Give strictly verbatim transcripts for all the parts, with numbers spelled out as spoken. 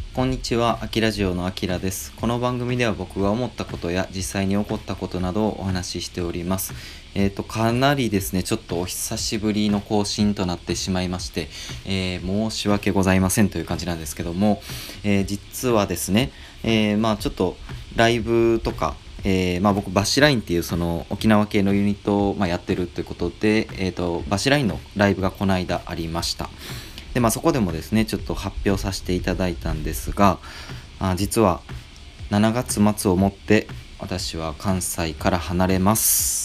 こんにちは、あきラジオのあきらです。この番組では僕が思ったことや実際に起こったことなどをお話ししております。えっと、かなりですね、ちょっとお久しぶりの更新となってしまいまして、えー申し訳ございませんという感じなんですけども、えー実はですね、えーまあちょっとライブとか、えーまあ僕バッシュラインっていうその沖縄系のユニットを、まあ、やってるということで、えーと、バッシュラインのライブがこの間ありました。で、まあ、そこでもですねちょっと発表させていただいたんですが、あ実はしちがつ末をもって私は関西から離れます。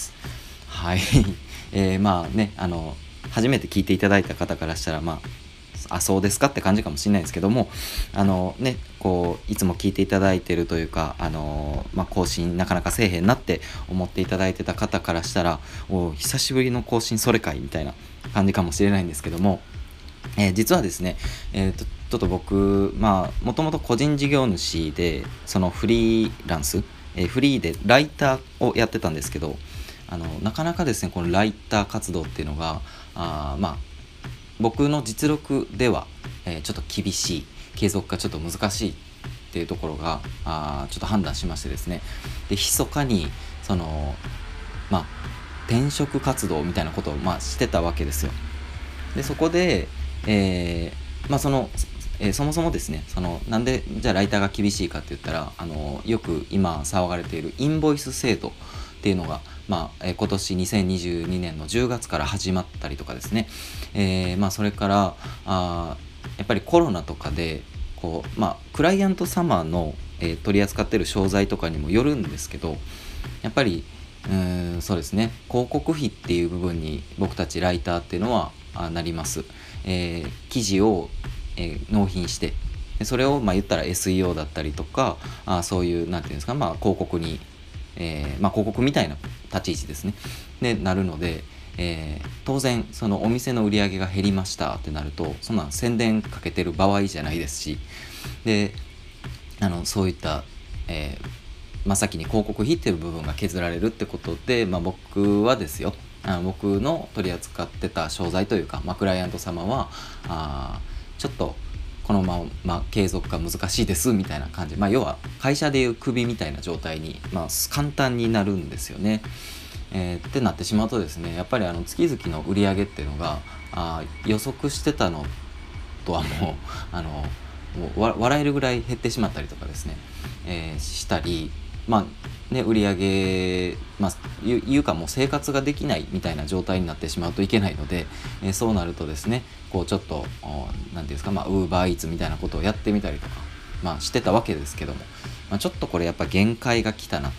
はい、えー、まあねあの初めて聞いていただいた方からしたらまああそうですかって感じかもしれないですけども、あのねこういつも聞いていただいてるというか、あのまあ、更新なかなかせえへんなって思っていただいてた方からしたら、お久しぶりの更新それかいみたいな感じかもしれないんですけども、えー実はですね、えーと、ちょっと僕、まあ、もともと個人事業主で、そのフリーランス、えーフリーでライターをやってたんですけど、あの、なかなかですね、このライター活動っていうのが、あーまあ、僕の実力では、えーちょっと厳しい、継続がちょっと難しいっていうところが、あーちょっと判断しましてですね、で、密かに、その、まあ、転職活動みたいなことを、まあ、してたわけですよ。でそこで、えーまあそのえーそもそもですね、そのなんでじゃあライターが厳しいかって言ったら、あのよく今騒がれているインボイス制度っていうのが、まあえー今年にせんにじゅうにねんのじゅうがつから始まったりとかですね、えーまあ、それからあやっぱりコロナとかでこう、まあ、クライアント様の、えー取り扱っている商材とかにもよるんですけど、やっぱりうーんそうですね、広告費っていう部分に僕たちライターっていうのはあなります。えー記事を、えー納品して、でそれをまあ言ったら エスイーオー だったりとか、あそういうなんていうんですか、まあ、広告に、えーまあ、広告みたいな立ち位置ですねでなるので、えー当然そのお店の売り上げが減りましたってなると、そんなん宣伝かけてる場合じゃないですし、であのそういった、えーまあ、先に広告費っていう部分が削られるってことで、まあ、僕はですよ、あの僕の取り扱ってた商材というか、まあ、クライアント様はあちょっとこのまま継続が難しいですみたいな感じ、まあ、要は会社でいうクビみたいな状態に、まあ、簡単になるんですよね。えーってなってしまうとですね、やっぱりあの月々の売り上げっていうのがあ予測してたのとはもうあのもうわ笑えるぐらい減ってしまったりとかですね、えーしたり、まあね、売り上げ、まあ、いういうかもう生活ができないみたいな状態になってしまうといけないので、えーそうなるとですね、こうちょっとおなんていうんですか、まあ、ウーバーイーツみたいなことをやってみたりとか、まあ、してたわけですけども、まあ、ちょっとこれやっぱ限界が来たなって、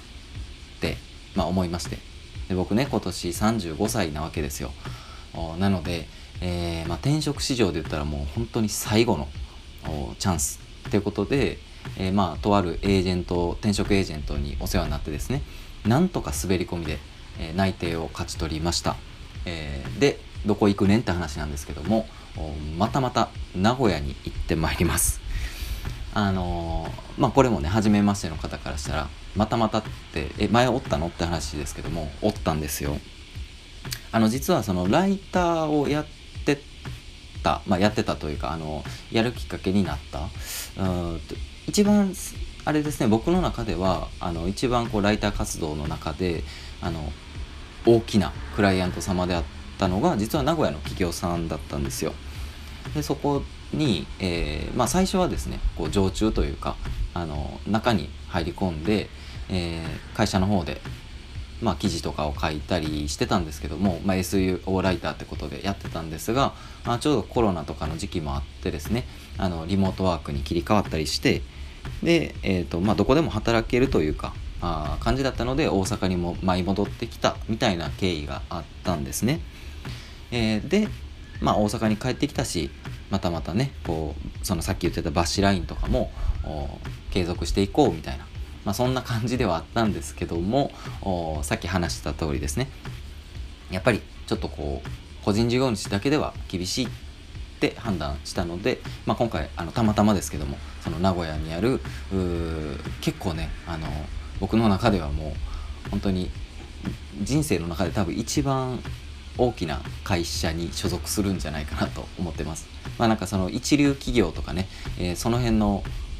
まあ、思いまして、で僕ね今年さんじゅうごさいなわけですよ。おなので、えーまあ、転職市場で言ったらもう本当に最後のおチャンスということで、えーまあとあるエージェント転職エージェントにお世話になってですね、なんとか滑り込みで、えー内定を勝ち取りました。えーでどこ行くねんって話なんですけども、おまたまた名古屋に行ってまいります。あのーまあこれもね初めましての方からしたらまたまたってえ前おったのって話ですけども、おったんですよ。あの実はそのライターをやってた、まあ、やってたというか、あのやるきっかけになったうーんと一番あれですね、僕の中ではあの一番こうライター活動の中であの大きなクライアント様であったのが実は名古屋の企業さんだったんですよ。でそこに、えーまあ、最初はですねこう常駐というか、あの中に入り込んで、えー会社の方でまあ、記事とかを書いたりしてたんですけども、まあ、エスイーオー ライターってことでやってたんですが、まあ、ちょうどコロナとかの時期もあってですね、あのリモートワークに切り替わったりして、で、えーとまあ、どこでも働けるというかあ感じだったので、大阪にも舞い戻ってきたみたいな経緯があったんですね。えーで、まあ、大阪に帰ってきたし、またまたねこうそのさっき言ってたバッシュラインとかも継続していこうみたいな、まあ、そんな感じではあったんですけども、さっき話した通りですね、やっぱりちょっとこう個人事業主だけでは厳しいって判断したので、まあ、今回あのたまたまですけども、その名古屋にある結構ね、あの僕の中ではもう本当に人生の中で多分一番大きな会社に所属するんじゃないかなと思ってます。まあなんかその一流企業とかね、えーその辺の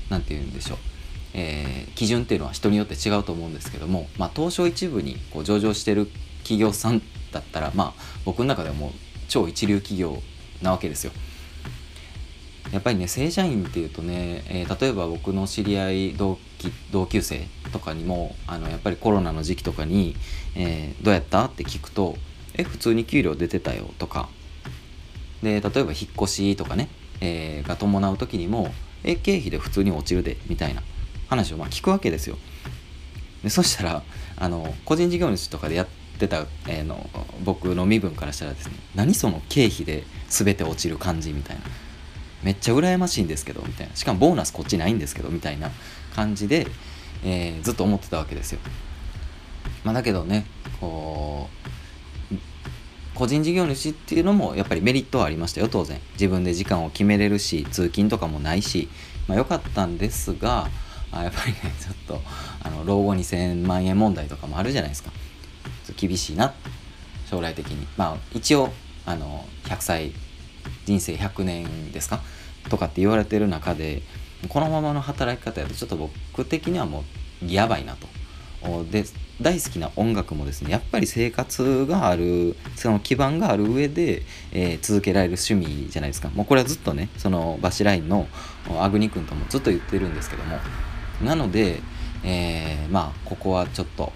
なんて言うんでしょう、えー、基準っていうのは人によって違うと思うんですけども、まあ、東証一部にこう上場してる企業さんだったら、まあ、僕の中ではもう超一流企業なわけですよ。やっぱりね、正社員っていうとね、えー、例えば僕の知り合い同期同級生とかにもあのやっぱりコロナの時期とかに、えー、どうやったって聞くと、え普通に給料出てたよとかで、例えば引っ越しとかね、えー、が伴う時にもえ経費で普通に落ちるでみたいな話をまあ聞くわけですよ。でそしたらあの個人事業主とかでやってた、えー、の僕の身分からしたらですね、何その経費で全て落ちる感じみたいな、めっちゃ羨ましいんですけどみたいな、しかもボーナスこっちないんですけどみたいな感じで、えー、ずっと思ってたわけですよ。まあ、だけどね、こう個人事業主っていうのもやっぱりメリットはありましたよ。当然自分で時間を決めれるし、通勤とかもないし、まあ、良かったんですが、あやっぱりねちょっとあの老後にせんまん円問題とかもあるじゃないですか。ちょっと厳しいな、将来的に。まあ一応あのひゃくさい人生ひゃくねんですかとかって言われてる中で、このままの働き方やとちょっと僕的にはもうやばいなと。で大好きな音楽もですね、やっぱり生活がある、その基盤がある上で、えー、続けられる趣味じゃないですか。もうこれはずっとね、そのバシラインのアグニ君ともずっと言ってるんですけども、なので、えー、まあここはちょっと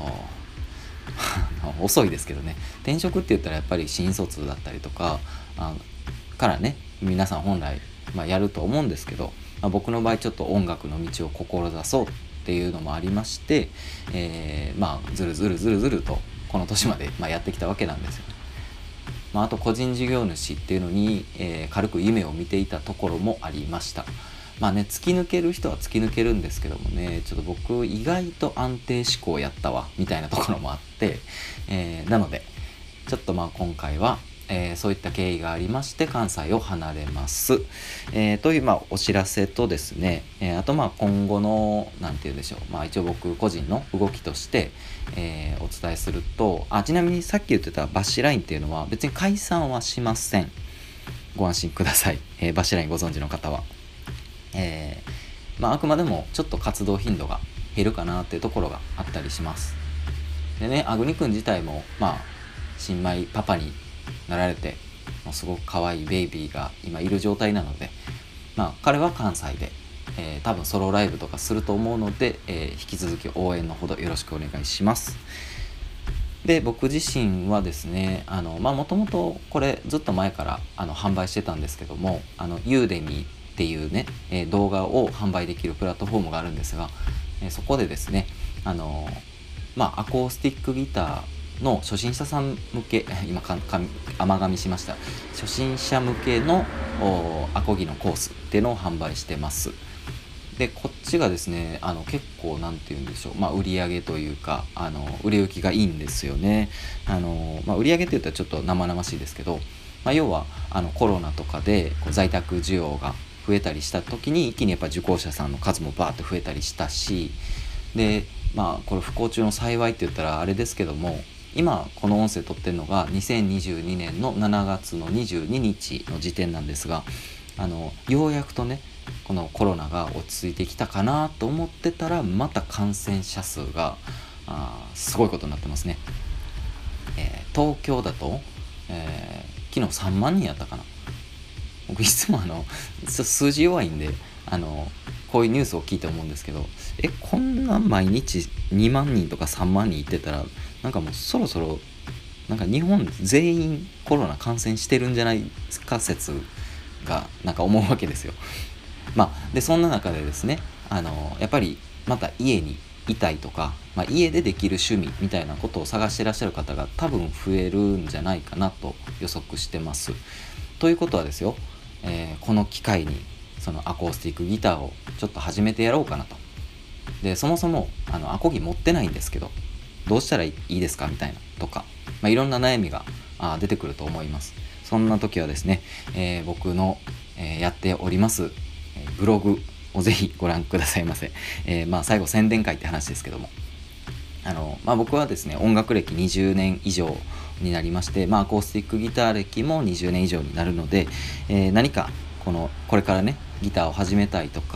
遅いですけどね、転職って言ったらやっぱり新卒だったりとかあからね、皆さん本来、まあ、やると思うんですけど、まあ、僕の場合ちょっと音楽の道を志そうっていうのもありまして、えー、まあずるずるずるずるとこの年まで、まあ、やってきたわけなんですよね。まあ、あと個人事業主っていうのに、えー、軽く夢を見ていたところもありました。まあね、突き抜ける人は突き抜けるんですけどもね、ちょっと僕意外と安定志向やったわみたいなところもあって、えー、なのでちょっとまあ今回は、えー、そういった経緯がありまして関西を離れます、えー、というまあお知らせとですね、えー、あとまあ今後のなんて言うんでしょう、まあ一応僕個人の動きとして、えー、お伝えすると、あちなみにさっき言ってたバッシュラインっていうのは別に解散はしません。ご安心ください、えー、バッシュラインご存知の方は。えーまあ、あくまでもちょっと活動頻度が減るかなっていうところがあったりします。でね、あぐにくん自体もまあ新米パパになられて、もうすごく可愛いベイビーが今いる状態なので、まあ彼は関西で、えー、多分ソロライブとかすると思うので、えー、引き続き応援のほどよろしくお願いします。で僕自身はですね、あのまあもともとこれずっと前からあの販売してたんですけども、あのユーデミーっていうね、えー、動画を販売できるプラットフォームがあるんですが、えー、そこでですね、あのまあアコースティックギターの初心者さん向け、今かか甘噛みしました、初心者向けのアコギのコースっていうのを販売してます。でこっちがですね、あの結構なんて言うんでしょう、まあ、売り上げというか、あの売れ行きがいいんですよね。あの、まあ、売り上げって言ったらちょっと生々しいですけど、まあ、要はあのコロナとかでこう在宅需要が増えたりした時に一気にやっぱ受講者さんの数もバーッと増えたりしたし、でまあこれ不幸中の幸いって言ったらあれですけども、今この音声撮ってるのがにせんにじゅうにねんのしちがつのにじゅうににちの時点なんですが、あのようやくとねこのコロナが落ち着いてきたかなと思ってたら、また感染者数があすごいことになってますね。えー、東京だと、えー、昨日さんまんにんやったかな。僕いつもあの数字弱いんで、あのこういうニュースを聞いて思うんですけど、えこんな毎日にまんにんとかさんまんにんいってたら、なんかもうそろそろなんか日本全員コロナ感染してるんじゃないか説がなんか思うわけですよ。まあ、でそんな中でですね、あのやっぱりまた家にいたいとか、まあ、家でできる趣味みたいなことを探してらっしゃる方が多分増えるんじゃないかなと予測してます。ということはですよ、えーこの機会にそのアコースティックギターをちょっと始めてやろうかなと。でそもそもあのアコギ持ってないんですけど、どうしたらいいですかみたいなとか、まあ、いろんな悩みがあ出てくると思います。そんな時はですね、えー僕の、えーやっておりますブログをぜひご覧くださいませ。えー、まあ最後宣伝会って話ですけども、あの、まあ、僕はですね音楽歴にじゅうねん以上になりまして、まあ、アコースティックギター歴もにじゅうねん以上になるので、えー、何かこのこれからねギターを始めたいとか、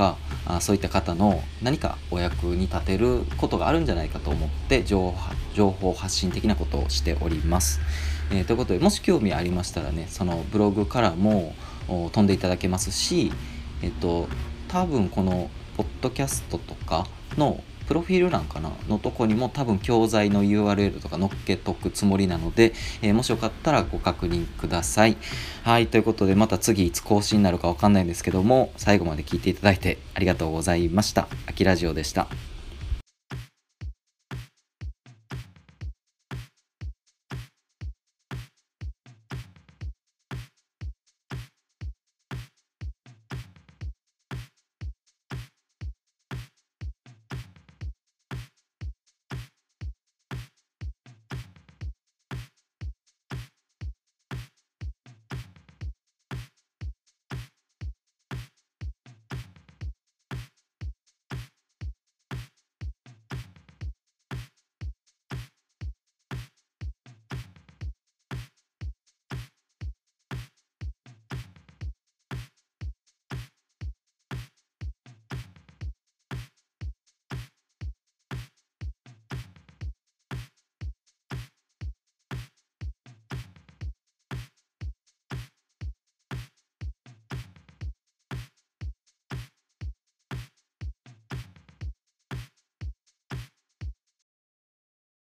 あそういった方の何かお役に立てることがあるんじゃないかと思って情報情報発信的なことをしております。えーということで、もし興味ありましたらね、そのブログからも飛んでいただけますし、えっと多分このポッドキャストとかのプロフィール欄かなのとこにも多分教材の ユーアールエル とか載っけとくつもりなので、えーもしよかったらご確認ください。はい、ということで、また次いつ更新になるかわかんないんですけども、最後まで聞いていただいてありがとうございました。あきラジオでした。